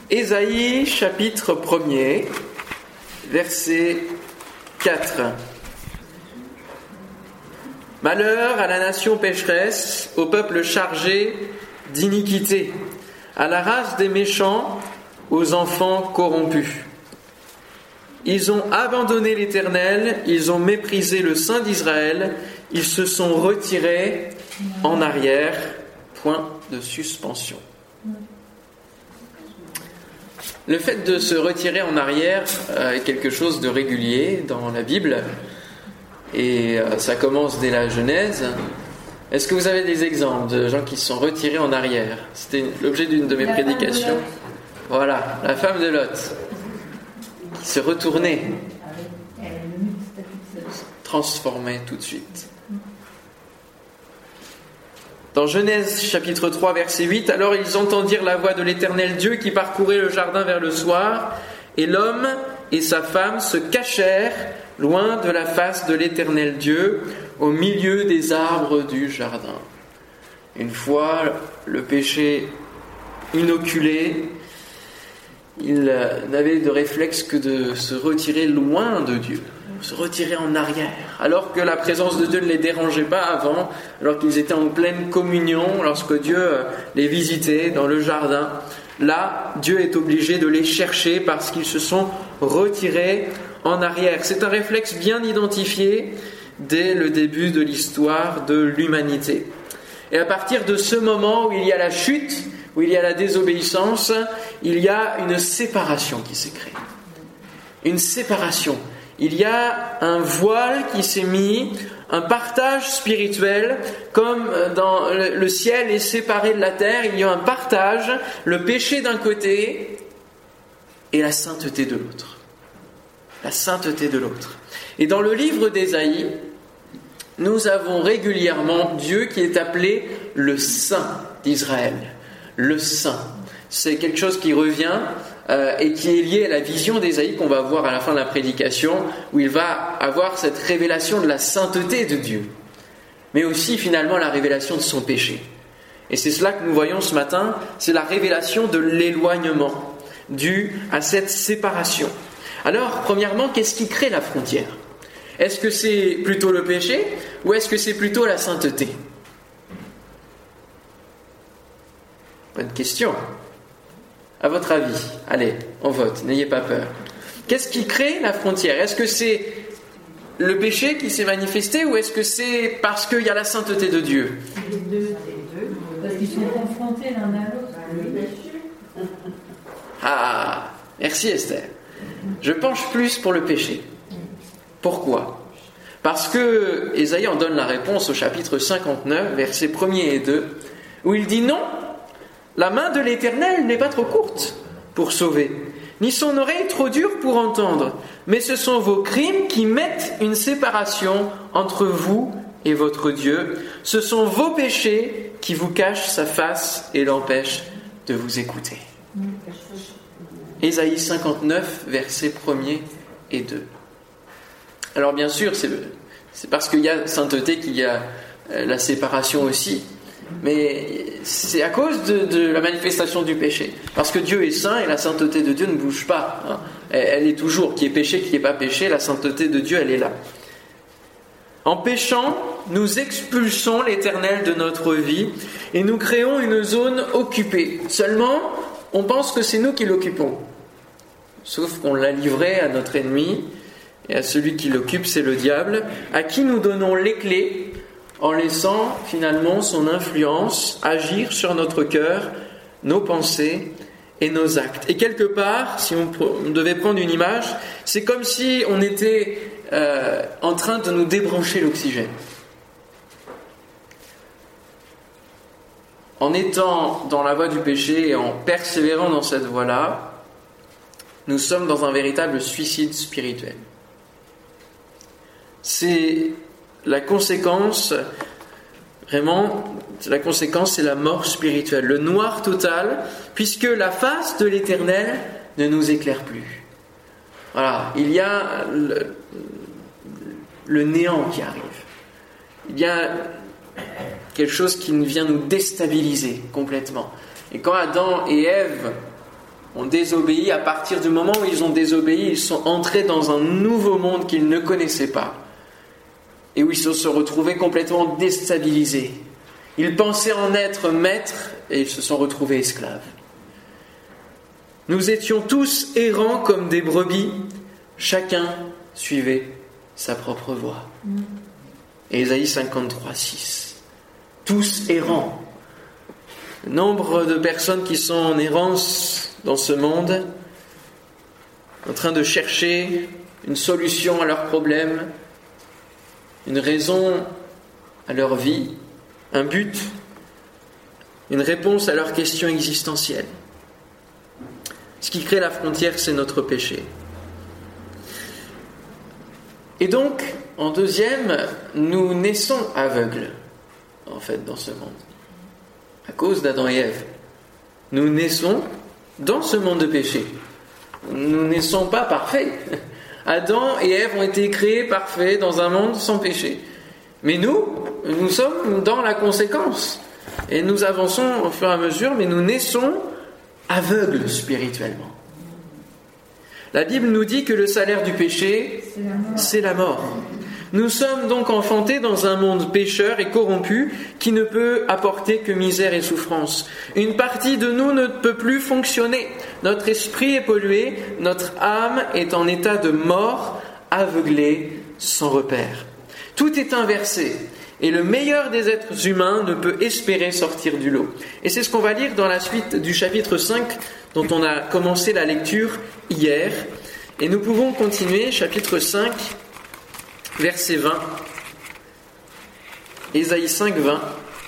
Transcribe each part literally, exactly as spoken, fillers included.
Ésaïe chapitre premier, verset quatre. Malheur à la nation pécheresse, au peuple chargé d'iniquité, à la race des méchants, aux enfants corrompus. Ils ont abandonné l'Éternel, ils ont méprisé le Saint d'Israël, ils se sont retirés en arrière. Point de suspension. Le fait de se retirer en arrière euh, est quelque chose de régulier dans la Bible, et euh, ça commence dès la Genèse. Est-ce que vous avez des exemples de gens qui se sont retirés en arrière? C'était l'objet d'une de mes la prédications. Voilà, la femme de Lot, qui se retournait, transformait tout de suite. Dans Genèse chapitre trois, verset huit, « Alors ils entendirent la voix de l'Éternel Dieu qui parcourait le jardin vers le soir, et l'homme et sa femme se cachèrent loin de la face de l'Éternel Dieu, au milieu des arbres du jardin. » Une fois le péché inoculé, il n'avait de réflexe que de se retirer loin de Dieu, se retirer en arrière, alors que la présence de Dieu ne les dérangeait pas avant, alors qu'ils étaient en pleine communion, lorsque Dieu les visitait dans le jardin. Là, Dieu est obligé de les chercher parce qu'ils se sont retirés en arrière. C'est un réflexe bien identifié dès le début de l'histoire de l'humanité. Et à partir de ce moment où il y a la chute, où il y a la désobéissance, il y a une séparation qui s'est créée. Une séparation. Il y a un voile qui s'est mis, un partage spirituel, comme dans le ciel est séparé de la terre, il y a un partage, le péché d'un côté et la sainteté de l'autre. La sainteté de l'autre. Et dans le livre d'Ésaïe, nous avons régulièrement Dieu qui est appelé le Saint d'Israël. Le Saint. C'est quelque chose qui revient euh, et qui est lié à la vision d'Ésaïe qu'on va voir à la fin de la prédication, où il va avoir cette révélation de la sainteté de Dieu, mais aussi finalement la révélation de son péché. Et c'est cela que nous voyons ce matin, c'est la révélation de l'éloignement dû à cette séparation. Alors, premièrement, qu'est-ce qui crée la frontière? Est-ce que c'est plutôt le péché ou est-ce que c'est plutôt la sainteté? Bonne question. À votre avis, allez, on vote, n'ayez pas peur. Qu'est-ce qui crée la frontière? Est-ce que c'est le péché qui s'est manifesté ou est-ce que c'est parce qu'il y a la sainteté de Dieu? Les deux, parce qu'ils sont confrontés l'un à l'autre. Ah, merci Esther. Je penche plus pour le péché. Pourquoi? Parce que Ésaïe en donne la réponse au chapitre cinquante-neuf, versets premier et deux, où il dit non. La main de l'Éternel n'est pas trop courte pour sauver, ni son oreille trop dure pour entendre, mais ce sont vos crimes qui mettent une séparation entre vous et votre Dieu. Ce sont vos péchés qui vous cachent sa face et l'empêchent de vous écouter. Ésaïe cinquante-neuf, versets premier et deux. Alors bien sûr, c'est, c'est parce qu'il y a sainteté qu'il y a la séparation aussi. Mais c'est à cause de, de la manifestation du péché. Parce que Dieu est saint et la sainteté de Dieu ne bouge pas. Hein. Elle, elle est toujours, qui est péché, qui n'est pas péché, la sainteté de Dieu, elle est là. En péchant, nous expulsons l'Éternel de notre vie et nous créons une zone occupée. Seulement, on pense que c'est nous qui l'occupons. Sauf qu'on l'a livré à notre ennemi, et à celui qui l'occupe, c'est le diable, à qui nous donnons les clés en laissant finalement son influence agir sur notre cœur, nos pensées et nos actes. Et quelque part, si on, on devait prendre une image, c'est comme si on était euh, en train de nous débrancher l'oxygène. En étant dans la voie du péché et en persévérant dans cette voie-là, nous sommes dans un véritable suicide spirituel. C'est la conséquence, vraiment, la conséquence, c'est la mort spirituelle, le noir total, puisque la face de l'Éternel ne nous éclaire plus. Voilà, il y a le, le néant qui arrive. Il y a quelque chose qui vient nous déstabiliser complètement. Et quand Adam et Ève ont désobéi. À partir du moment où ils ont désobéi, ils sont entrés dans un nouveau monde qu'ils ne connaissaient pas et où ils se sont retrouvés complètement déstabilisés. Ils pensaient en être maîtres et ils se sont retrouvés esclaves. Nous étions tous errants comme des brebis, chacun suivait sa propre voie. Et Ésaïe cinquante-trois, six. Tous errants. Le nombre de personnes qui sont en errance dans ce monde, en train de chercher une solution à leurs problèmes, une raison à leur vie, un but, une réponse à leurs questions existentielles. Ce qui crée la frontière, c'est notre péché. Et donc, en deuxième, nous naissons aveugles, en fait, dans ce monde, à cause d'Adam et Ève. Nous naissons dans ce monde de péché. Nous ne naissons pas parfaits. Adam et Ève ont été créés parfaits dans un monde sans péché. Mais nous, nous sommes dans la conséquence. Et nous avançons au fur et à mesure, mais nous naissons aveugles spirituellement. La Bible nous dit que le salaire du péché, c'est la mort. Nous sommes donc enfantés dans un monde pécheur et corrompu qui ne peut apporter que misère et souffrance. Une partie de nous ne peut plus fonctionner. Notre esprit est pollué, notre âme est en état de mort, aveuglée, sans repère. Tout est inversé et le meilleur des êtres humains ne peut espérer sortir du lot. Et c'est ce qu'on va lire dans la suite du chapitre cinq dont on a commencé la lecture hier. Et nous pouvons continuer, chapitre cinq, verset vingt. Ésaïe cinq, vingt.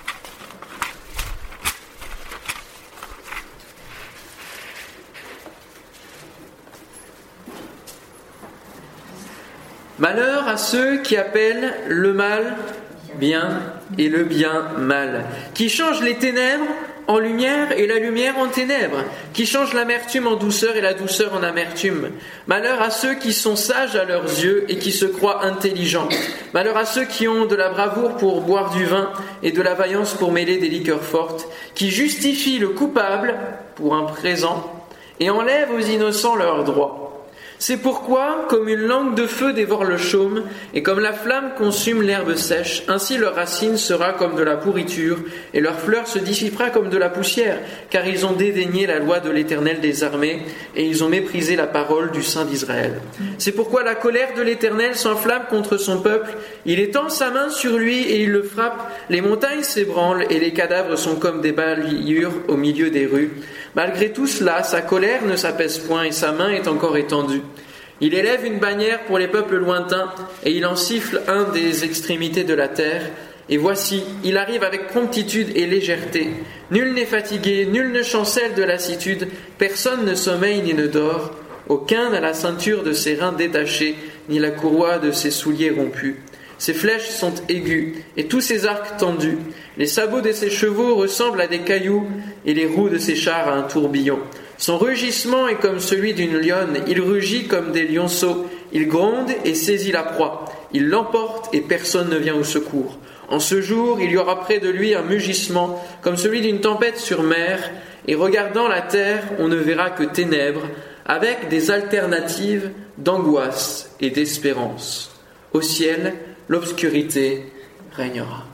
Malheur à ceux qui appellent le mal bien et le bien mal, qui changent les ténèbres en lumière et la lumière en ténèbres, qui changent l'amertume en douceur et la douceur en amertume. Malheur à ceux qui sont sages à leurs yeux et qui se croient intelligents. Malheur à ceux qui ont de la bravoure pour boire du vin et de la vaillance pour mêler des liqueurs fortes, qui justifient le coupable pour un présent et enlèvent aux innocents leurs droits. C'est pourquoi, comme une langue de feu dévore le chaume, et comme la flamme consume l'herbe sèche, ainsi leur racine sera comme de la pourriture, et leur fleur se dissipera comme de la poussière, car ils ont dédaigné la loi de l'Éternel des armées, et ils ont méprisé la parole du Saint d'Israël. C'est pourquoi la colère de l'Éternel s'enflamme contre son peuple, il étend sa main sur lui et il le frappe, les montagnes s'ébranlent, et les cadavres sont comme des balayures au milieu des rues. Malgré tout cela, sa colère ne s'apaise point et sa main est encore étendue. Il élève une bannière pour les peuples lointains et il en siffle un des extrémités de la terre. Et voici, il arrive avec promptitude et légèreté. Nul n'est fatigué, nul ne chancelle de lassitude, personne ne sommeille ni ne dort. Aucun n'a la ceinture de ses reins détachée, ni la courroie de ses souliers rompus. Ses flèches sont aiguës et tous ses arcs tendus. Les sabots de ses chevaux ressemblent à des cailloux et les roues de ses chars à un tourbillon. Son rugissement est comme celui d'une lionne. Il rugit comme des lionceaux. Il gronde et saisit la proie. Il l'emporte et personne ne vient au secours. En ce jour, il y aura près de lui un mugissement comme celui d'une tempête sur mer. Et regardant la terre, on ne verra que ténèbres avec des alternatives d'angoisse et d'espérance. Au ciel, l'obscurité régnera.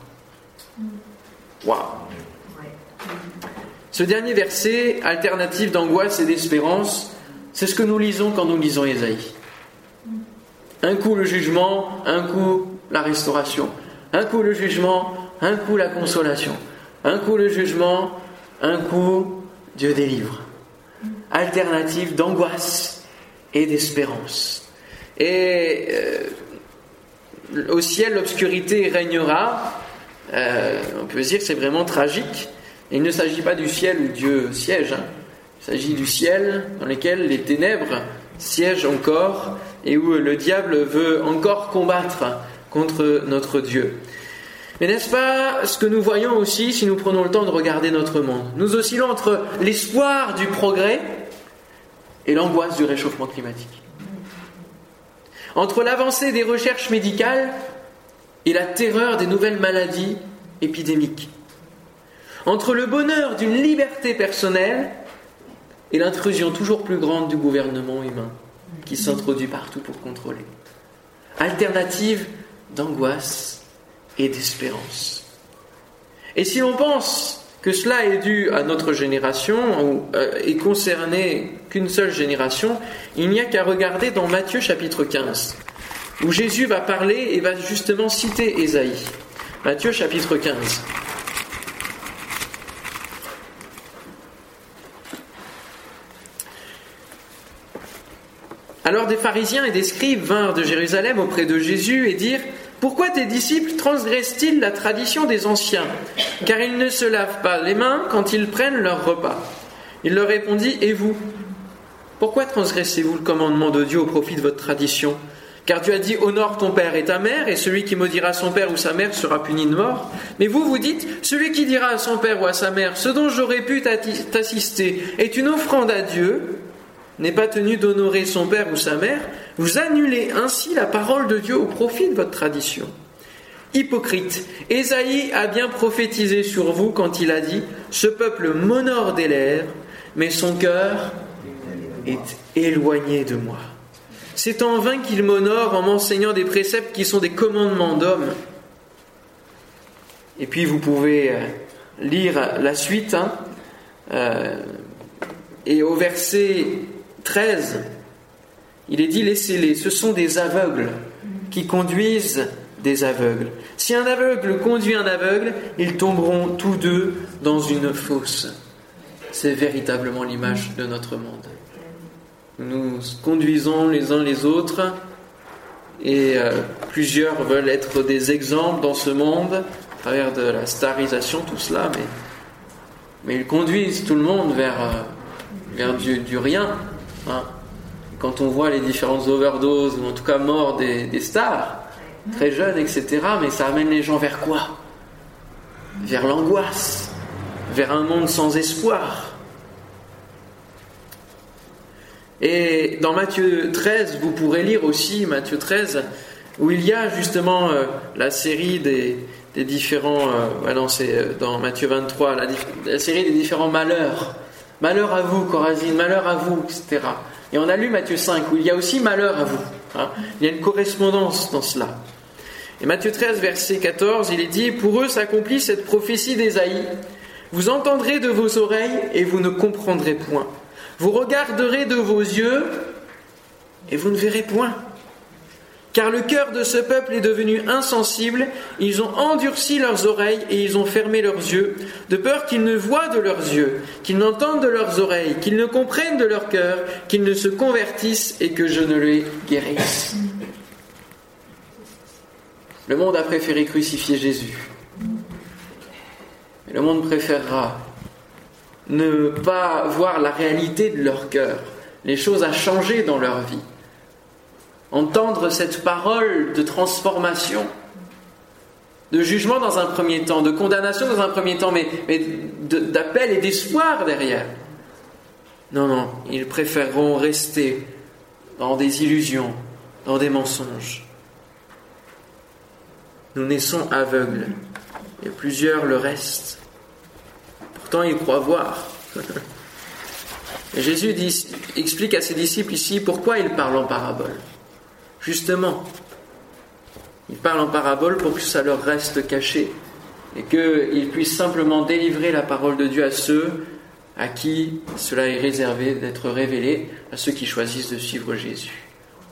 Waouh! Ce dernier verset, alternative d'angoisse et d'espérance, c'est ce que nous lisons quand nous lisons Ésaïe. Un coup le jugement, un coup la restauration. Un coup le jugement, un coup la consolation. Un coup le jugement, un coup Dieu délivre. Alternative d'angoisse et d'espérance. Et euh, au ciel, l'obscurité régnera. Euh, on peut se dire que c'est vraiment tragique. Il ne s'agit pas du ciel où Dieu siège. Hein. Il s'agit du ciel dans lequel les ténèbres siègent encore et où le diable veut encore combattre contre notre Dieu. Mais n'est-ce pas ce que nous voyons aussi si nous prenons le temps de regarder notre monde? Nous oscillons entre l'espoir du progrès et l'angoisse du réchauffement climatique. Entre l'avancée des recherches médicales et la terreur des nouvelles maladies épidémiques. Entre le bonheur d'une liberté personnelle et l'intrusion toujours plus grande du gouvernement humain qui s'introduit partout pour contrôler. Alternative d'angoisse et d'espérance. Et si l'on pense que cela est dû à notre génération ou est concerné qu'une seule génération, il n'y a qu'à regarder dans Matthieu chapitre quinze, où Jésus va parler et va justement citer Ésaïe. Matthieu chapitre quinze. Alors des pharisiens et des scribes vinrent de Jérusalem auprès de Jésus et dirent « Pourquoi tes disciples transgressent-ils la tradition des anciens ? Car ils ne se lavent pas les mains quand ils prennent leur repas. » Il leur répondit « Et vous ? Pourquoi transgressez-vous le commandement de Dieu au profit de votre tradition ? Car Dieu a dit « Honore ton père et ta mère, et celui qui maudira son père ou sa mère sera puni de mort. » Mais vous, vous dites « Celui qui dira à son père ou à sa mère, ce dont j'aurais pu t'assister est une offrande à Dieu, n'est pas tenu d'honorer son père ou sa mère, vous annulez ainsi la parole de Dieu au profit de votre tradition. Hypocrite, Ésaïe a bien prophétisé sur vous quand il a dit « Ce peuple m'honore des lèvres, mais son cœur est éloigné de moi. C'est en vain qu'il m'honore en m'enseignant des préceptes qui sont des commandements d'hommes. » Et puis vous pouvez lire la suite, hein, euh, et au verset treize, il est dit « Laissez-les, ce sont des aveugles qui conduisent des aveugles. Si un aveugle conduit un aveugle, ils tomberont tous deux dans une fosse. » C'est véritablement l'image de notre monde. Nous conduisons les uns les autres et euh, plusieurs veulent être des exemples dans ce monde à travers de la starisation, tout cela, mais, mais ils conduisent tout le monde vers, euh, vers du, du rien. Hein. Quand on voit les différentes overdoses, ou en tout cas morts des, des stars, très jeunes, et cetera, mais ça amène les gens vers quoi ? Vers l'angoisse, vers un monde sans espoir. Et dans Matthieu treize, vous pourrez lire aussi Matthieu treize, où il y a justement euh, la série des, des différents, euh, bah non, c'est euh, dans Matthieu vingt-trois, la, la série des différents malheurs. Malheur à vous, Chorazine, malheur à vous, et cetera. Et on a lu Matthieu cinq, où il y a aussi malheur à vous. Hein. Il y a une correspondance dans cela. Et Matthieu treize, verset quatorze, il est dit « Pour eux s'accomplit cette prophétie d'Ésaïe. Vous entendrez de vos oreilles et vous ne comprendrez point. Vous regarderez de vos yeux et vous ne verrez point. Car le cœur de ce peuple est devenu insensible, ils ont endurci leurs oreilles et ils ont fermé leurs yeux, de peur qu'ils ne voient de leurs yeux, qu'ils n'entendent de leurs oreilles, qu'ils ne comprennent de leur cœur, qu'ils ne se convertissent et que je ne les guérisse. » Le monde a préféré crucifier Jésus. Mais le monde préférera ne pas voir la réalité de leur cœur, les choses à changer dans leur vie. Entendre cette parole de transformation, de jugement dans un premier temps, de condamnation dans un premier temps, mais, mais de, d'appel et d'espoir derrière. Non, non, ils préféreront rester dans des illusions, dans des mensonges. Nous naissons aveugles, et plusieurs le restent. Pourtant, ils croient voir. Et Jésus dit, explique à ses disciples ici pourquoi il parle en parabole. Justement, il parle en parabole pour que ça leur reste caché et qu'ils puissent simplement délivrer la parole de Dieu à ceux à qui cela est réservé d'être révélé, à ceux qui choisissent de suivre Jésus.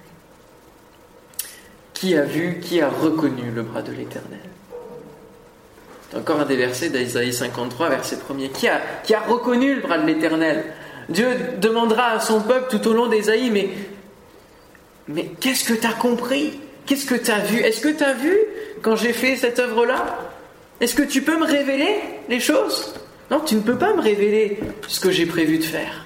Qui a vu, qui a reconnu le bras de l'Éternel ? C'est encore un des versets d'Ésaïe cinquante-trois, verset premier. Qui a, qui a reconnu le bras de l'Éternel ? Dieu demandera à son peuple tout au long d'Ésaïe, mais, mais qu'est-ce que tu as compris ? Qu'est-ce que tu as vu ? Est-ce que tu as vu quand j'ai fait cette œuvre-là ? Est-ce que tu peux me révéler les choses ? Non, tu ne peux pas me révéler ce que j'ai prévu de faire.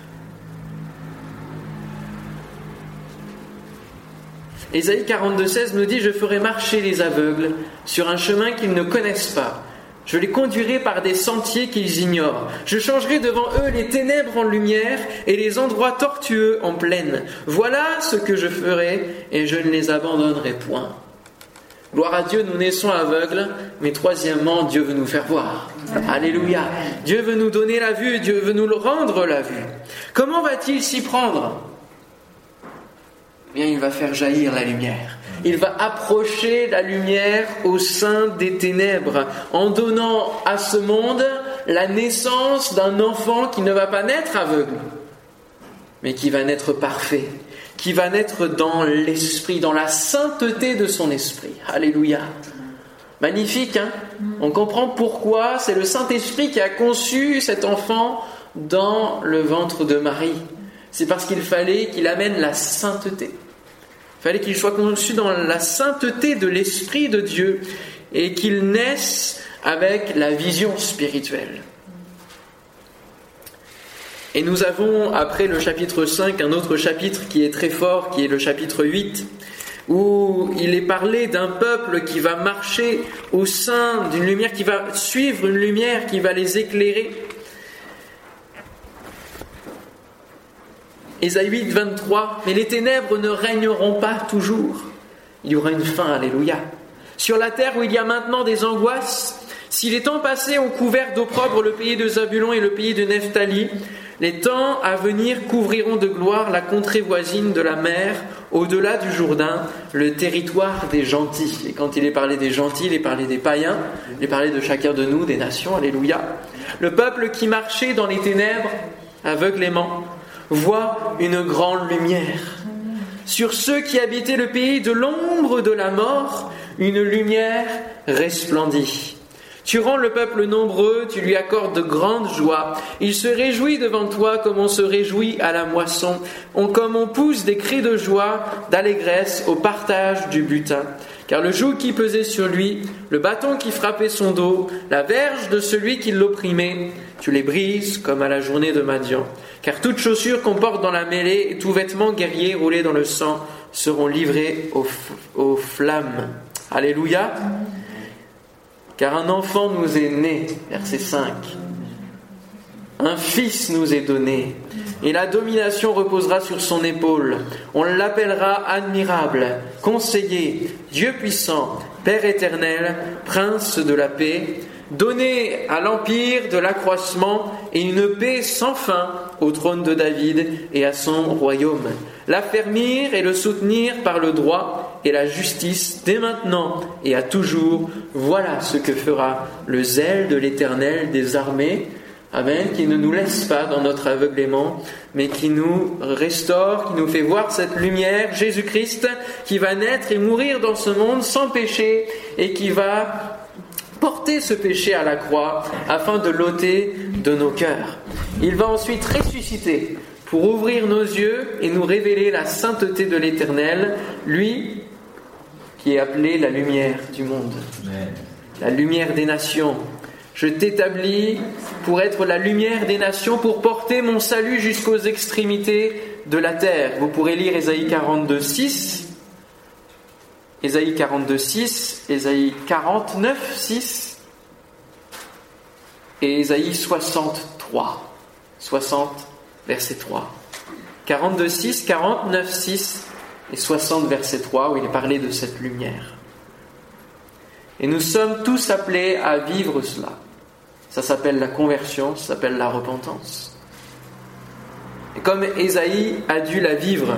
Ésaïe quarante-deux, seize nous dit « Je ferai marcher les aveugles sur un chemin qu'ils ne connaissent pas. Je les conduirai par des sentiers qu'ils ignorent. Je changerai devant eux les ténèbres en lumière et les endroits tortueux en plaine. Voilà ce que je ferai et je ne les abandonnerai point. » Gloire à Dieu, nous naissons aveugles, mais troisièmement, Dieu veut nous faire voir. Alléluia. Dieu veut nous donner la vue, Dieu veut nous rendre la vue. Comment va-t-il s'y prendre ? Eh bien, il va faire jaillir la lumière. Il va approcher la lumière au sein des ténèbres, en donnant à ce monde la naissance d'un enfant qui ne va pas naître aveugle, mais qui va naître parfait, qui va naître dans l'esprit, dans la sainteté de son esprit. Alléluia. Magnifique, hein ? On comprend pourquoi c'est le Saint-Esprit qui a conçu cet enfant dans le ventre de Marie. C'est parce qu'il fallait qu'il amène la sainteté. Il fallait qu'il soit conçu dans la sainteté de l'Esprit de Dieu et qu'il naisse avec la vision spirituelle. Et nous avons, après le chapitre cinq, un autre chapitre qui est très fort, qui est le chapitre huit, où il est parlé d'un peuple qui va marcher au sein d'une lumière, qui va suivre une lumière qui va les éclairer. Ésaïe huit, vingt-trois, « Mais les ténèbres ne régneront pas toujours. Il y aura une fin, alléluia. Sur la terre où il y a maintenant des angoisses, si les temps passés ont couvert d'opprobre le pays de Zabulon et le pays de Nephtali, les temps à venir couvriront de gloire la contrée voisine de la mer, au-delà du Jourdain, le territoire des gentils. » Et quand il est parlé des gentils, il est parlé des païens, il est parlé de chacun de nous, des nations, alléluia. Le peuple qui marchait dans les ténèbres, aveuglément, voit une grande lumière. Sur ceux qui habitaient le pays de l'ombre de la mort, une lumière resplendit. Tu rends le peuple nombreux, tu lui accordes de grandes joies. Il se réjouit devant toi comme on se réjouit à la moisson, on, comme on pousse des cris de joie, d'allégresse au partage du butin. Car le joug qui pesait sur lui, le bâton qui frappait son dos, la verge de celui qui l'opprimait, tu les brises comme à la journée de Madian. Car toute chaussure qu'on porte dans la mêlée et tout vêtement guerrier roulé dans le sang seront livrés aux, aux flammes. Alléluia. Car un enfant nous est né, verset cinq. Un fils nous est donné, et la domination reposera sur son épaule. On l'appellera admirable, conseiller, Dieu puissant, Père éternel, prince de la paix, donné à l'empire de l'accroissement et une paix sans fin au trône de David et à son royaume. L'affermir et le soutenir par le droit et la justice dès maintenant et à toujours. Voilà ce que fera le zèle de l'Éternel des armées. Amen, qui ne nous laisse pas dans notre aveuglement, mais qui nous restaure, qui nous fait voir cette lumière, Jésus-Christ, qui va naître et mourir dans ce monde sans péché et qui va porter ce péché à la croix afin de l'ôter de nos cœurs. Il va ensuite ressusciter pour ouvrir nos yeux et nous révéler la sainteté de l'Éternel, lui qui est appelé la lumière du monde, la lumière des nations. Je t'établis pour être la lumière des nations, pour porter mon salut jusqu'aux extrémités de la terre. Vous pourrez lire Ésaïe quarante-deux, six, Ésaïe quarante-deux, six, Ésaïe quarante-neuf, six et Ésaïe soixante-trois, soixante, verset trois. quarante-deux, six, quarante-neuf, six et soixante, verset trois, où il est parlé de cette lumière. Et nous sommes tous appelés à vivre cela. Ça s'appelle la conversion, ça s'appelle la repentance. Et comme Ésaïe a dû la vivre,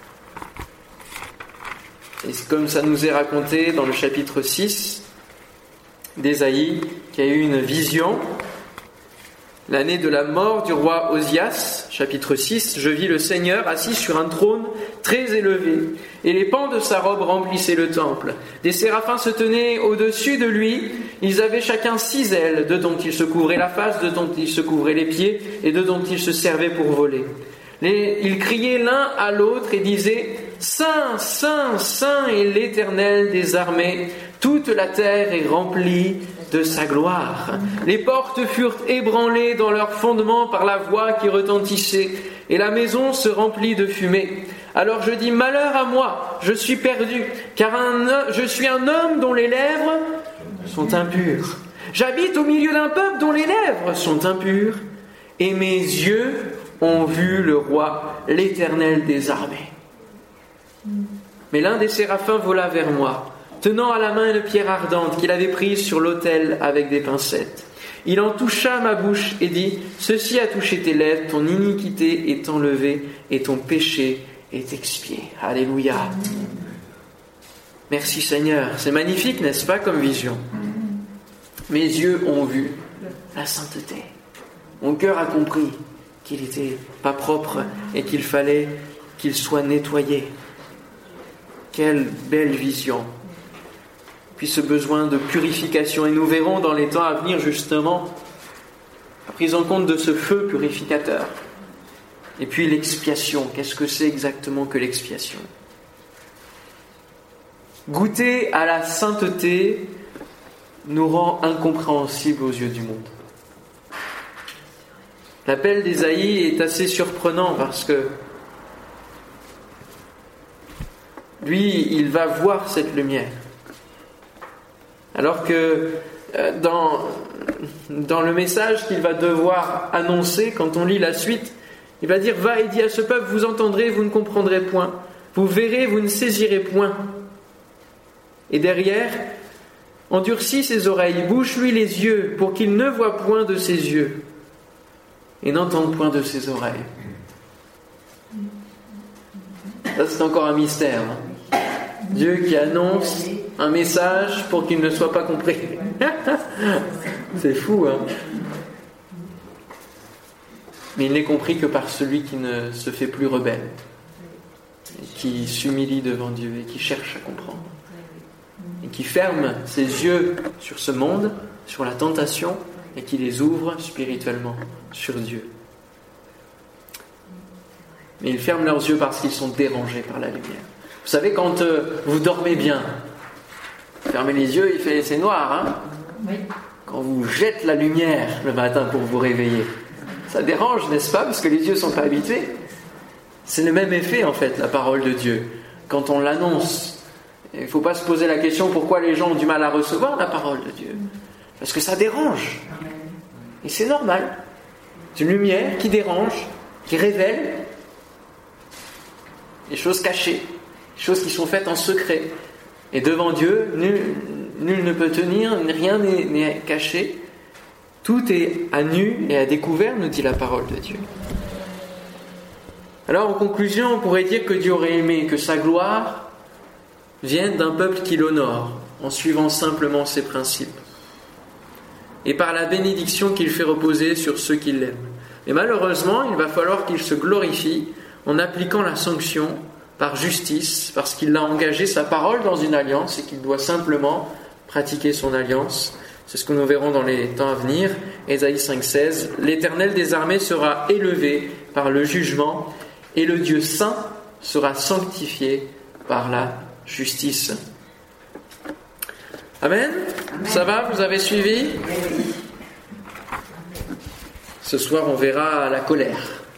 et comme ça nous est raconté dans le chapitre six d'Ésaïe, qui a eu une vision, l'année de la mort du roi Osias, chapitre six, je vis le Seigneur assis sur un trône très élevé, et les pans de sa robe remplissaient le temple. Des séraphins se tenaient au-dessus de lui, ils avaient chacun six ailes, de dont ils se couvraient la face, de dont ils se couvraient les pieds, et de dont ils se servaient pour voler. Les, ils criaient l'un à l'autre et disaient « Saint, Saint, Saint est l'Éternel des armées, toute la terre est remplie de sa gloire. » Les portes furent ébranlées dans leurs fondements par la voix qui retentissait, et la maison se remplit de fumée. Alors je dis, malheur à moi, je suis perdu, car un, je suis un homme dont les lèvres sont impures. J'habite au milieu d'un peuple dont les lèvres sont impures, et mes yeux ont vu le roi, l'Éternel des armées. Mais l'un des séraphins vola vers moi, tenant à la main une pierre ardente qu'il avait prise sur l'autel avec des pincettes. Il en toucha ma bouche et dit, « Ceci a touché tes lèvres, ton iniquité est enlevée et ton péché est expié. » Alléluia. Merci Seigneur. C'est magnifique, n'est-ce pas, comme vision? Mes yeux ont vu la sainteté. Mon cœur a compris qu'il n'était pas propre et qu'il fallait qu'il soit nettoyé. Quelle belle vision. Puis ce besoin de purification. Et nous verrons dans les temps à venir justement la prise en compte de ce feu purificateur. Et puis l'expiation. Qu'est-ce que c'est exactement que l'expiation? Goûter à la sainteté nous rend incompréhensibles aux yeux du monde. L'appel d'Ésaïe est assez surprenant parce que lui, il va voir cette lumière. Alors que dans, dans le message qu'il va devoir annoncer, quand on lit la suite, il va dire « Va et dis à ce peuple, vous entendrez, vous ne comprendrez point. Vous verrez, vous ne saisirez point. » Et derrière, « Endurcis ses oreilles, bouche-lui les yeux, pour qu'il ne voie point de ses yeux, et n'entende point de ses oreilles. » Ça, c'est encore un mystère. Hein. Dieu qui annonce un message pour qu'il ne soit pas compris. C'est fou, hein. Mais il n'est compris que par celui qui ne se fait plus rebelle, et qui s'humilie devant Dieu et qui cherche à comprendre. Et qui ferme ses yeux sur ce monde, sur la tentation, et qui les ouvre spirituellement sur Dieu. Mais ils ferment leurs yeux parce qu'ils sont dérangés par la lumière. Vous savez, quand euh, vous dormez bien, fermez les yeux, il fait, c'est noir, hein? Oui. Quand vous jetez la lumière le matin pour vous réveiller, ça dérange, n'est-ce pas? Parce que les yeux ne sont pas habitués. C'est le même effet, en fait, la parole de Dieu. Quand on l'annonce, il ne faut pas se poser la question pourquoi les gens ont du mal à recevoir la parole de Dieu. Parce que ça dérange. Et c'est normal. C'est une lumière qui dérange, qui révèle les choses cachées, les choses qui sont faites en secret. Et devant Dieu, nul, nul ne peut tenir, rien n'est, n'est caché. Tout est à nu et à découvert, nous dit la parole de Dieu. Alors, en conclusion, on pourrait dire que Dieu aurait aimé que sa gloire vienne d'un peuple qui l'honore, en suivant simplement ses principes, et par la bénédiction qu'il fait reposer sur ceux qui l'aiment. Mais malheureusement, il va falloir qu'il se glorifie en appliquant la sanction par justice, parce qu'il a engagé sa parole dans une alliance et qu'il doit simplement pratiquer son alliance. C'est ce que nous verrons dans les temps à venir. Ésaïe cinq seize, « L'Éternel des armées sera élevé par le jugement, et le Dieu saint sera sanctifié par la justice. » Amen. Amen. Ça va? Vous avez suivi? Ce soir, on verra la colère.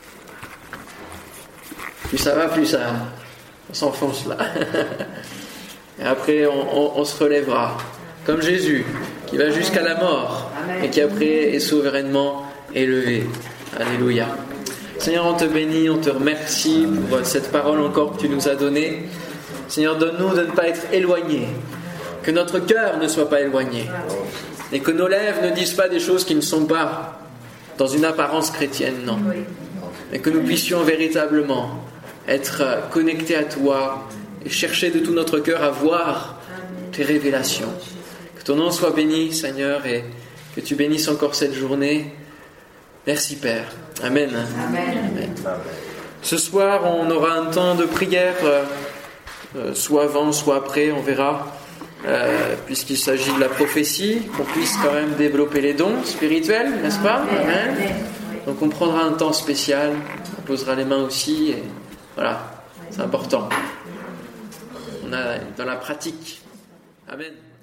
Plus ça va, plus ça... on s'enfonce là. Et après, on, on, on se relèvera. Comme Jésus, qui va jusqu'à la mort et qui après est souverainement élevé. Alléluia. Seigneur, on te bénit, on te remercie pour cette parole encore que tu nous as donnée. Seigneur, donne-nous de ne pas être éloignés. Que notre cœur ne soit pas éloigné. Et que nos lèvres ne disent pas des choses qui ne sont pas dans une apparence chrétienne, non. Mais que nous puissions véritablement être connectés à toi et chercher de tout notre cœur à voir tes révélations. Que ton nom soit béni, Seigneur, et que tu bénisses encore cette journée. Merci, Père. Amen. Amen. Amen. Ce soir, on aura un temps de prière, euh, soit avant, soit après, on verra, euh, puisqu'il s'agit de la prophétie, qu'on puisse quand même développer les dons spirituels, n'est-ce pas? Amen. Donc on prendra un temps spécial, on posera les mains aussi, et voilà, c'est important. On a dans la pratique. Amen.